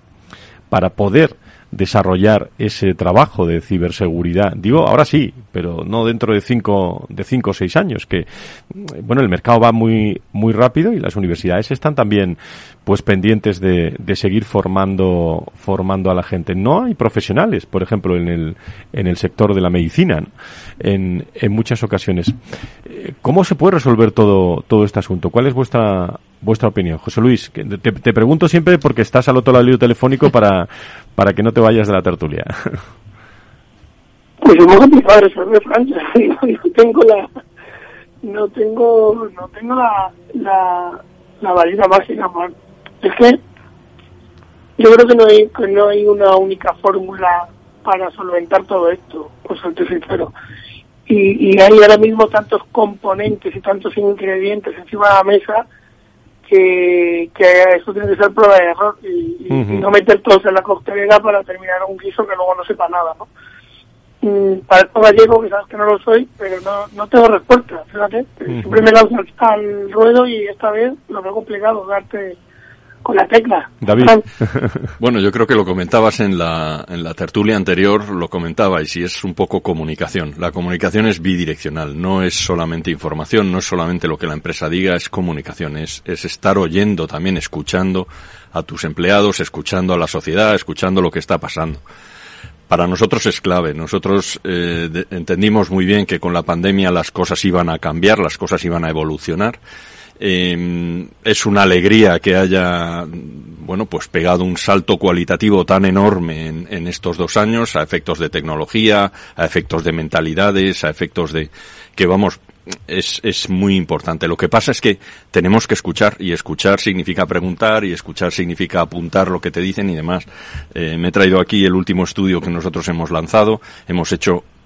poder desarrollar ese trabajo de ciberseguridad. Digo, ahora sí, pero no dentro de 5 o 6 años, que bueno, el mercado va muy muy rápido y las universidades están también pues pendientes de seguir formando a la gente. No hay profesionales, por ejemplo, en el sector de la medicina, ¿no? en muchas ocasiones. ¿Cómo se puede resolver todo este asunto? ¿Cuál es vuestra opinión? José Luis, que te pregunto siempre porque estás al otro lado del hilo telefónico para que no te vayas de la tertulia. Pues es muy complicado resolver, Francia. No tengo la varita mágica, man. Es que yo creo que no hay una única fórmula para solventar todo esto, por ser sincero. Y hay ahora mismo tantos componentes y tantos ingredientes encima de la mesa que eso tiene que ser prueba de error y no meter todos en la coctelera para terminar un guiso que luego no sepa nada, ¿no? Para esto gallego, que sabes que no lo soy, pero no tengo respuesta, fíjate. Siempre me lanzo al ruedo y esta vez lo veo complicado darte con la tecla. David. Bueno, yo creo que lo comentabas en la tertulia anterior, lo comentabais, y es un poco comunicación. La comunicación es bidireccional, no es solamente información, no es solamente lo que la empresa diga, es comunicación, es estar oyendo también, escuchando a tus empleados, escuchando a la sociedad, escuchando lo que está pasando. Para nosotros es clave. Nosotros entendimos muy bien que con la pandemia las cosas iban a cambiar, las cosas iban a evolucionar. Es una alegría que haya, bueno, pues pegado un salto cualitativo tan enorme en estos 2 años, a efectos de tecnología, a efectos de mentalidades, a efectos de que vamos, es muy importante. Lo que pasa es que tenemos que escuchar, y escuchar significa preguntar, y escuchar significa apuntar lo que te dicen y demás. Me he traído aquí el último estudio que nosotros hemos lanzado. Hemos hecho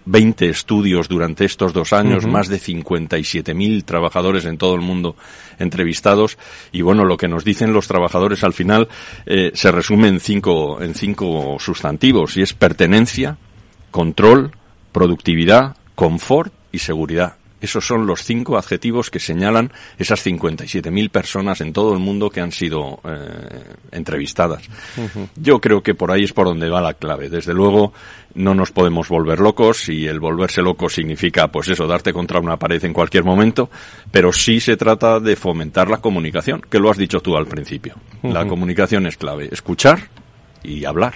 20 estudios durante estos 2 años, más de 57.000 trabajadores en todo el mundo entrevistados, y bueno, lo que nos dicen los trabajadores al final se resume en cinco sustantivos, y es pertenencia, control, productividad, confort y seguridad. Esos son los 5 adjetivos que señalan esas 57.000 personas en todo el mundo que han sido entrevistadas. Yo creo que por ahí es por donde va la clave. Desde luego, no nos podemos volver locos, y el volverse loco significa, pues eso, darte contra una pared en cualquier momento, pero sí se trata de fomentar la comunicación, que lo has dicho tú al principio. La comunicación es clave, escuchar y hablar.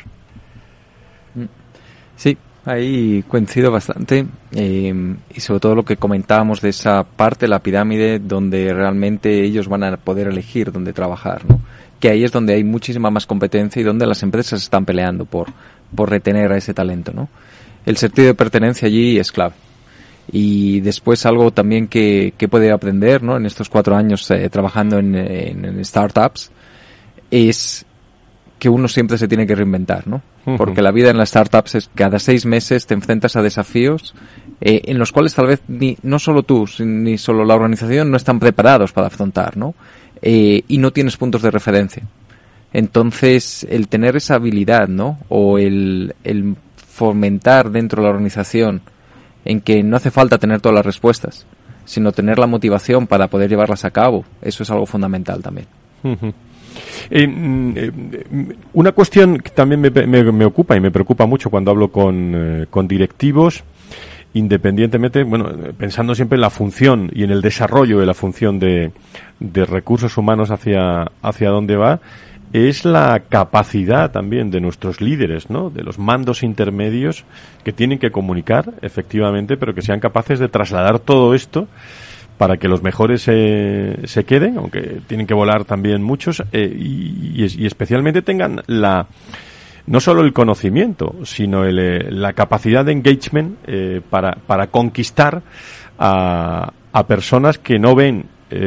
Sí. Ahí coincido bastante, y sobre todo lo que comentábamos de esa parte, la pirámide, donde realmente ellos van a poder elegir dónde trabajar, ¿no? Que ahí es donde hay muchísima más competencia y donde las empresas están peleando por retener a ese talento, ¿no? El sentido de pertenencia allí es clave. Y después algo también que puede aprender, ¿no? En estos 4 años trabajando en startups, es que uno siempre se tiene que reinventar, ¿no? Porque la vida en las startups es cada 6 meses te enfrentas a desafíos en los cuales tal vez no solo tú, ni solo la organización no están preparados para afrontar, ¿no? Y no tienes puntos de referencia. Entonces, el tener esa habilidad, ¿no? O el fomentar dentro de la organización en que no hace falta tener todas las respuestas, sino tener la motivación para poder llevarlas a cabo, eso es algo fundamental también. Una cuestión que también me ocupa y me preocupa mucho cuando hablo con directivos, independientemente, bueno, pensando siempre en la función y en el desarrollo de la función de recursos humanos hacia dónde va, es la capacidad también de nuestros líderes, ¿no? De los mandos intermedios que tienen que comunicar, efectivamente, pero que sean capaces de trasladar todo esto para que los mejores se queden, aunque tienen que volar también muchos, y especialmente tengan no solo el conocimiento, sino la capacidad de engagement para conquistar a personas que no ven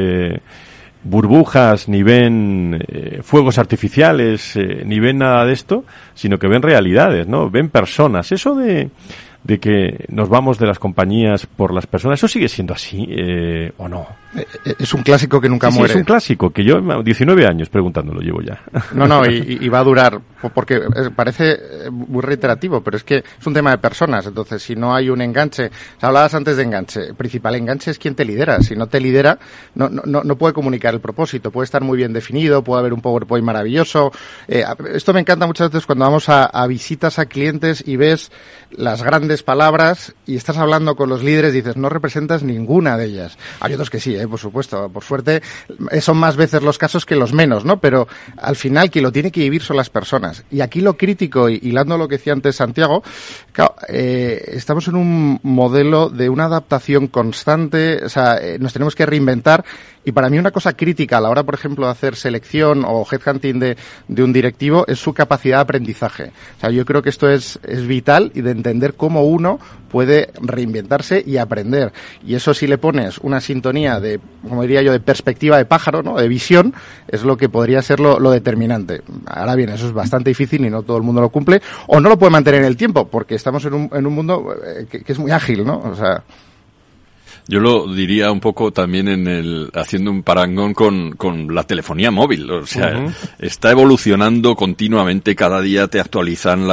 burbujas, ni ven fuegos artificiales, ni ven nada de esto, sino que ven realidades, ¿no? Ven personas. Eso de que nos vamos de las compañías por las personas, ¿eso sigue siendo así o no? Es un clásico que nunca muere. Es un clásico que yo 19 años preguntándolo llevo ya. No, y va a durar, porque parece muy reiterativo, pero es que es un tema de personas. Entonces, si no hay un enganche, hablabas antes de enganche, el principal enganche es quien te lidera. Si no te lidera, no puede comunicar el propósito, puede estar muy bien definido, puede haber un PowerPoint maravilloso. Esto me encanta muchas veces cuando vamos a visitas a clientes y ves las grandes palabras y estás hablando con los líderes y dices, no representas ninguna de ellas. Hay otros que sí, por supuesto, por suerte son más veces los casos que los menos, ¿no? Pero al final quien lo tiene que vivir son las personas. Y aquí lo crítico, y hilando lo que decía antes Santiago, claro, estamos en un modelo de una adaptación constante, o sea, nos tenemos que reinventar. Y para mí una cosa crítica a la hora, por ejemplo, de hacer selección o headhunting de un directivo es su capacidad de aprendizaje. O sea, yo creo que esto es vital, y de entender cómo uno puede reinventarse y aprender. Y eso, si le pones una sintonía de, como diría yo, de perspectiva de pájaro, ¿no? De visión, es lo que podría ser lo determinante. Ahora bien, eso es bastante difícil y no todo el mundo lo cumple, o no lo puede mantener en el tiempo, porque estamos en un mundo que es muy ágil, ¿no? O sea, yo lo diría un poco también haciendo un parangón con la telefonía móvil. O sea, está evolucionando continuamente, cada día te actualizan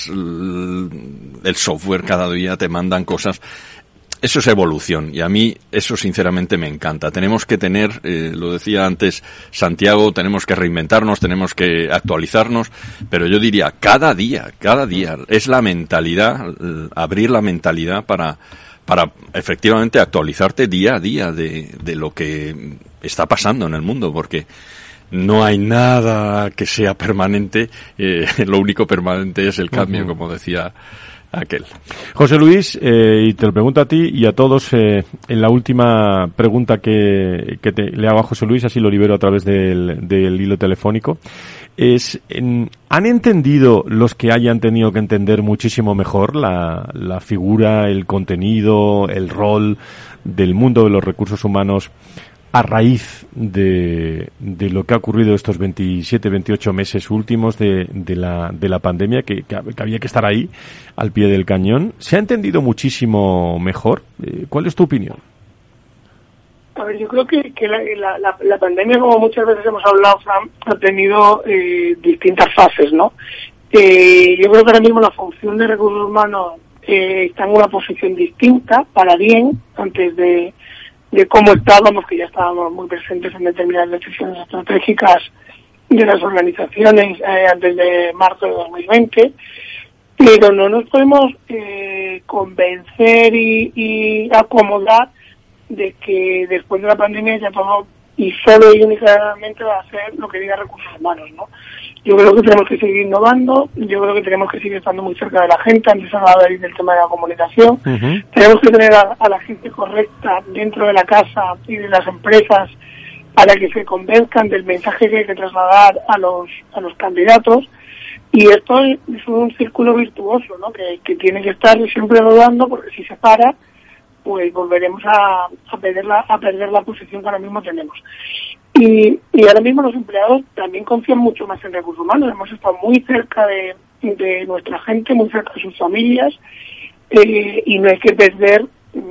el software, cada día te mandan cosas. Eso es evolución, y a mí eso sinceramente me encanta. Tenemos que tener, lo decía antes Santiago, tenemos que reinventarnos, tenemos que actualizarnos, pero yo diría cada día, es la mentalidad, abrir la mentalidad para efectivamente actualizarte día a día de lo que está pasando en el mundo, porque no hay nada que sea permanente, lo único permanente es el cambio, como decía aquel. José Luis, y te lo pregunto a ti y a todos, en la última pregunta que le hago a José Luis, así lo libero a través del hilo telefónico, ¿han entendido los que hayan tenido que entender muchísimo mejor la figura, el contenido, el rol del mundo de los recursos humanos a raíz de lo que ha ocurrido estos 27, 28 meses últimos de la pandemia, que había que estar ahí, al pie del cañón. ¿Se ha entendido muchísimo mejor? ¿Cuál es tu opinión? A ver, yo creo que la pandemia, como muchas veces hemos hablado, Fran, ha tenido distintas fases, ¿no? Yo creo que ahora mismo la función de recursos humanos está en una posición distinta, para bien, antes de cómo estábamos, que ya estábamos muy presentes en determinadas decisiones estratégicas de las organizaciones antes de marzo de 2020, pero no nos podemos convencer y acomodar de que después de la pandemia ya todo y solo y únicamente va a ser lo que diga recursos humanos, ¿no? Yo creo que tenemos que seguir innovando, yo creo que tenemos que seguir estando muy cerca de la gente, antes hablaba del tema de la comunicación, tenemos que tener a la gente correcta dentro de la casa y de las empresas para que se convenzcan del mensaje que hay que trasladar a los candidatos, y esto es un círculo virtuoso, ¿no? Que tiene que estar siempre rodando, porque si se para, pues volveremos a perder la posición que ahora mismo tenemos. Y ahora mismo los empleados también confían mucho más en recursos humanos. Hemos estado muy cerca de nuestra gente, muy cerca de sus familias, y no hay que perder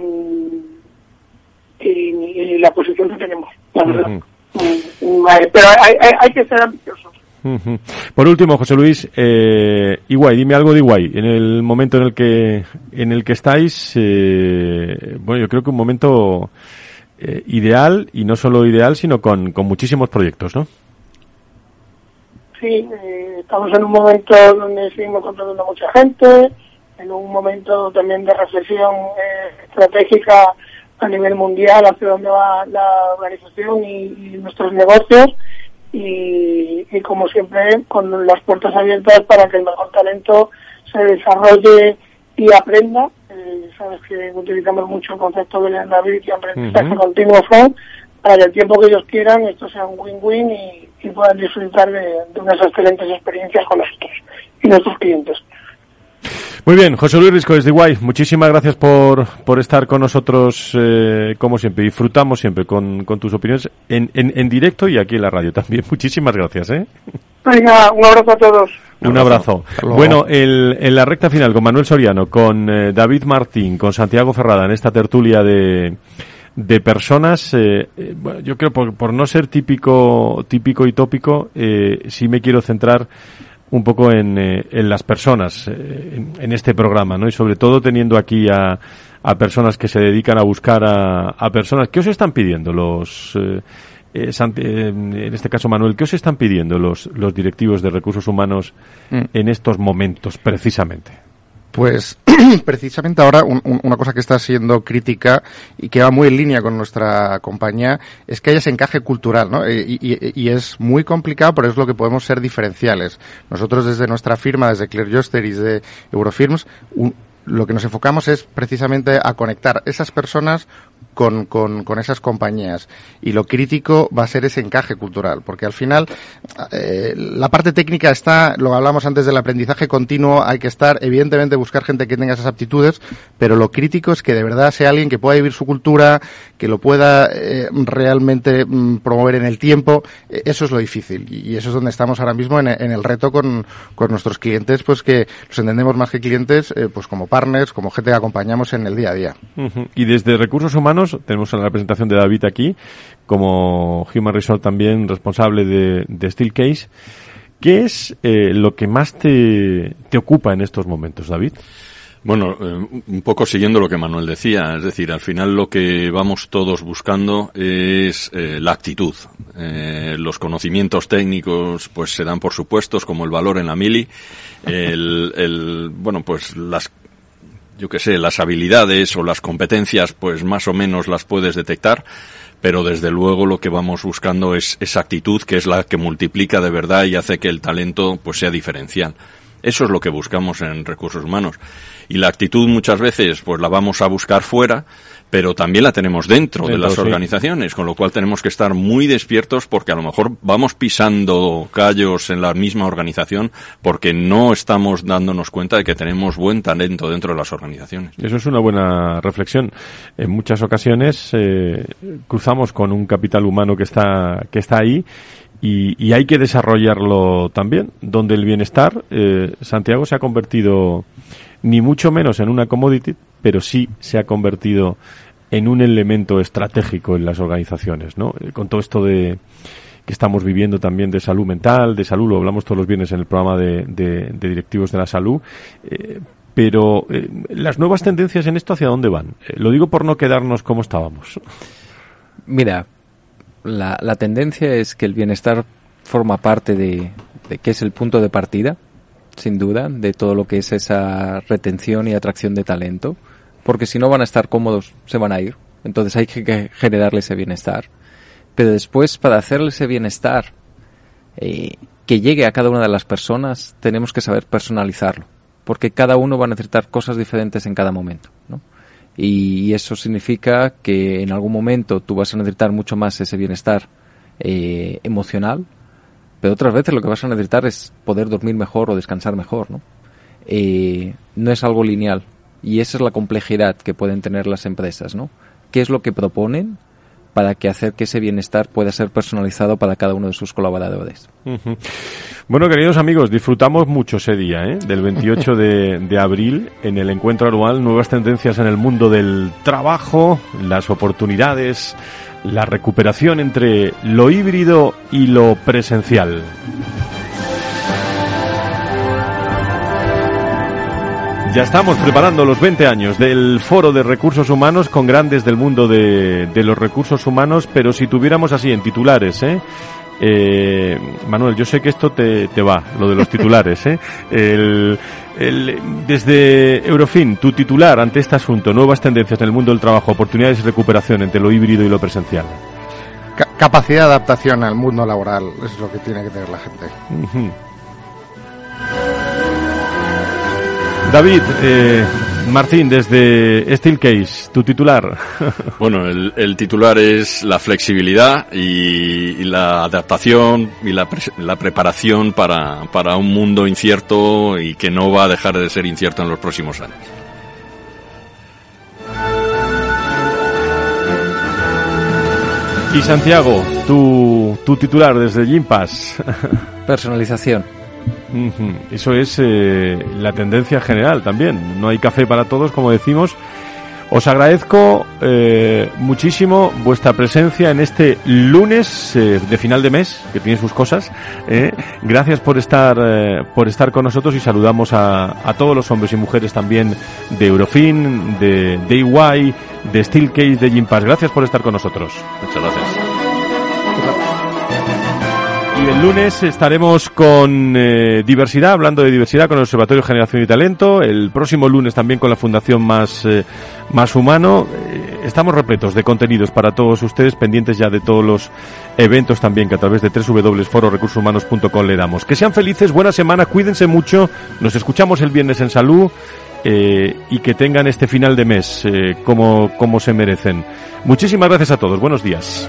la posición que tenemos, la verdad. Pero hay que ser ambiciosos. Por último, José Luis, Iguay, dime algo de Iguay en el momento en el que estáis. Bueno, yo creo que un momento ideal, y no solo ideal, sino con muchísimos proyectos, ¿no? Sí, estamos en un momento donde seguimos contratando a mucha gente, en un momento también de reflexión estratégica a nivel mundial hacia dónde va la organización y nuestros negocios, y como siempre con las puertas abiertas para que el mejor talento se desarrolle y aprenda. Sabes que utilizamos mucho el concepto de learnability, aprendizaje continuo, para que el tiempo que ellos quieran esto sea un win-win y puedan disfrutar de unas excelentes experiencias con nosotros y nuestros clientes. Muy bien, José Luis Risco desde Iguay, muchísimas gracias por estar con nosotros, como siempre. Disfrutamos siempre con tus opiniones en directo y aquí en la radio también. Muchísimas gracias, Venga, un abrazo a todos. Un abrazo. Bueno, en la recta final con Manuel Soriano, con David Martín, con Santiago Ferrada, en esta tertulia de personas, bueno, yo creo por no ser típico y tópico, sí me quiero centrar un poco en las personas, en este programa, ¿no? Y sobre todo teniendo aquí a personas que se dedican a buscar a personas. ¿Qué os están pidiendo en este caso, Manuel, qué os están pidiendo los directivos de recursos humanos en estos momentos, precisamente? Pues precisamente ahora una cosa que está siendo crítica y que va muy en línea con nuestra compañía es que haya ese encaje cultural, ¿no? Y es muy complicado, pero es lo que podemos ser diferenciales. Nosotros desde nuestra firma, desde Clear Joster y desde Eurofirms, lo que nos enfocamos es precisamente a conectar esas personas con esas compañías, y lo crítico va a ser ese encaje cultural, porque al final la parte técnica está, lo hablamos antes del aprendizaje continuo, hay que estar, evidentemente buscar gente que tenga esas aptitudes, pero lo crítico es que de verdad sea alguien que pueda vivir su cultura, que lo pueda realmente promover en el tiempo. Eso es lo difícil, y eso es donde estamos ahora mismo en el reto con nuestros clientes, pues que los entendemos más que clientes, pues como partners, como gente que acompañamos en el día a día. Y desde recursos humanos tenemos la representación de David aquí, como Human Resource también responsable de Steelcase. ¿Qué es lo que más te ocupa en estos momentos, David? Bueno, un poco siguiendo lo que Manuel decía, es decir, al final lo que vamos todos buscando es la actitud. Los conocimientos técnicos pues se dan por supuestos, como el valor en la mili, bueno, pues las habilidades o las competencias, pues más o menos las puedes detectar, pero desde luego lo que vamos buscando es esa actitud, que es la que multiplica de verdad y hace que el talento pues sea diferencial. Eso es lo que buscamos en recursos humanos. Y la actitud muchas veces pues la vamos a buscar fuera, pero también la tenemos dentro de las sí. organizaciones, con lo cual tenemos que estar muy despiertos porque a lo mejor vamos pisando callos en la misma organización porque no estamos dándonos cuenta de que tenemos buen talento dentro de las organizaciones. Eso es una buena reflexión. En muchas ocasiones cruzamos con un capital humano que está ahí y hay que desarrollarlo también, donde el bienestar, Santiago, se ha convertido ni mucho menos en una commodity, pero sí se ha convertido en un elemento estratégico en las organizaciones, ¿no? Con todo esto que estamos viviendo también de salud mental, de salud, lo hablamos todos los viernes en el programa de directivos de la salud, pero las nuevas tendencias en esto, ¿hacia dónde van? Lo digo por no quedarnos como estábamos. Mira, la tendencia es que el bienestar forma parte de que es el punto de partida, sin duda, de todo lo que es esa retención y atracción de talento, porque si no van a estar cómodos, se van a ir. Entonces hay que generarle ese bienestar. Pero después, para hacerle ese bienestar que llegue a cada una de las personas, tenemos que saber personalizarlo, porque cada uno va a necesitar cosas diferentes en cada momento, ¿no? Y eso significa que en algún momento tú vas a necesitar mucho más ese bienestar emocional, pero otras veces lo que vas a necesitar es poder dormir mejor o descansar mejor, ¿no? No es algo lineal, y esa es la complejidad que pueden tener las empresas, ¿no? ¿Qué es lo que proponen para que hacer que ese bienestar pueda ser personalizado para cada uno de sus colaboradores? Uh-huh. Bueno, queridos amigos, disfrutamos mucho ese día, del 28 de abril, en el encuentro anual Nuevas Tendencias en el Mundo del Trabajo, las oportunidades, la recuperación entre lo híbrido y lo presencial. Ya estamos preparando los 20 años del Foro de Recursos Humanos con grandes del mundo de los recursos humanos, pero si tuviéramos así en titulares, Manuel, yo sé que esto te va, lo de los titulares, desde Eurofin, tu titular ante este asunto, nuevas tendencias en el mundo del trabajo, oportunidades y recuperación entre lo híbrido y lo presencial. Capacidad de adaptación al mundo laboral, es lo que tiene que tener la gente. Uh-huh. David, Martín, desde Steelcase, tu titular. Bueno, el titular es la flexibilidad y la adaptación y la preparación para un mundo incierto y que no va a dejar de ser incierto en los próximos años. Y Santiago, tu titular desde Gympass. Personalización. Eso es la tendencia general también. No hay café para todos, como decimos. Os agradezco muchísimo vuestra presencia en este lunes de final de mes, que tiene sus cosas. Gracias por estar con nosotros y saludamos a todos los hombres y mujeres también de Eurofin, de EY, de Steelcase, de Gympass. Gracias por estar con nosotros. Muchas gracias. Y el lunes estaremos con diversidad, hablando de diversidad con el Observatorio de Generación y Talento. El próximo lunes también con la Fundación Más Humano. Estamos repletos de contenidos para todos ustedes, pendientes ya de todos los eventos también que a través de www.fororecursoshumanos.com le damos. Que sean felices, buena semana, cuídense mucho. Nos escuchamos el viernes en Salud y que tengan este final de mes como se merecen. Muchísimas gracias a todos. Buenos días.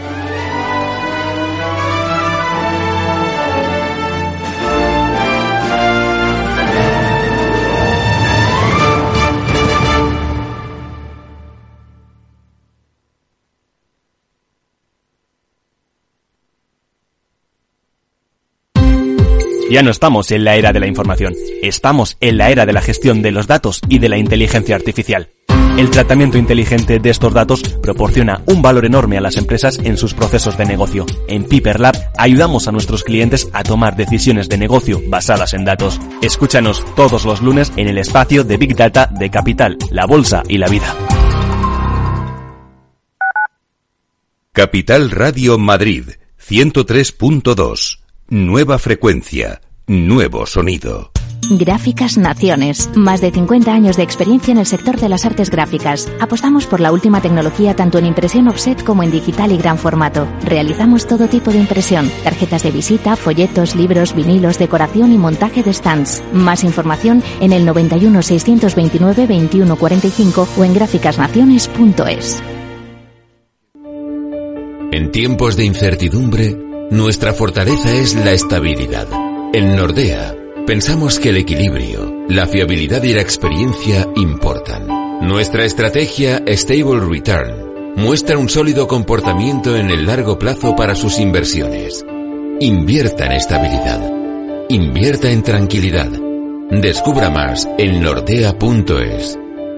Ya no estamos en la era de la información, estamos en la era de la gestión de los datos y de la inteligencia artificial. El tratamiento inteligente de estos datos proporciona un valor enorme a las empresas en sus procesos de negocio. En Piper Lab ayudamos a nuestros clientes a tomar decisiones de negocio basadas en datos. Escúchanos todos los lunes en el espacio de Big Data de Capital, la Bolsa y la Vida. Capital Radio Madrid, 103.2. Nueva frecuencia, nuevo sonido. Gráficas Naciones. Más de 50 años de experiencia en el sector de las artes gráficas. Apostamos por la última tecnología tanto en impresión offset como en digital y gran formato. Realizamos todo tipo de impresión. Tarjetas de visita, folletos, libros, vinilos, decoración y montaje de stands. Más información en el 91 629 2145 o en gráficasnaciones.es. En tiempos de incertidumbre, nuestra fortaleza es la estabilidad. En Nordea, pensamos que el equilibrio, la fiabilidad y la experiencia importan. Nuestra estrategia Stable Return muestra un sólido comportamiento en el largo plazo para sus inversiones. Invierta en estabilidad. Invierta en tranquilidad. Descubra más en nordea.es.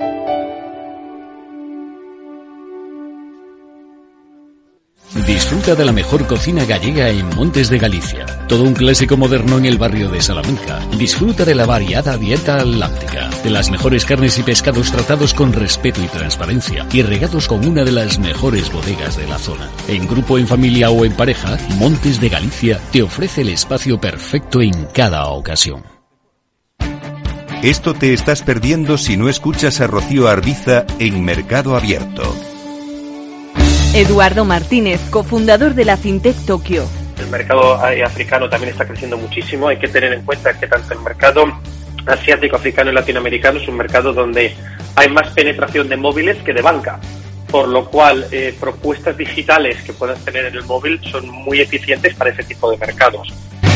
Disfruta de la mejor cocina gallega en Montes de Galicia. Todo un clásico moderno en el barrio de Salamanca. Disfruta de la variada dieta atlántica, de las mejores carnes y pescados tratados con respeto y transparencia y regados con una de las mejores bodegas de la zona. En grupo, en familia o en pareja, Montes de Galicia te ofrece el espacio perfecto en cada ocasión. Esto te estás perdiendo si no escuchas a Rocío Arbiza en Mercado Abierto. Eduardo Martínez, cofundador de la FinTech Tokio. El mercado africano también está creciendo muchísimo. Hay que tener en cuenta que tanto el mercado asiático, africano y latinoamericano es un mercado donde hay más penetración de móviles que de banca, por lo cual propuestas digitales que puedas tener en el móvil son muy eficientes para ese tipo de mercados.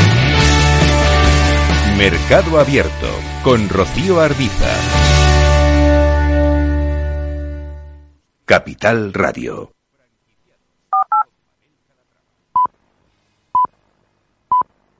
Mercado Abierto con Rocío Arbiza. Capital Radio.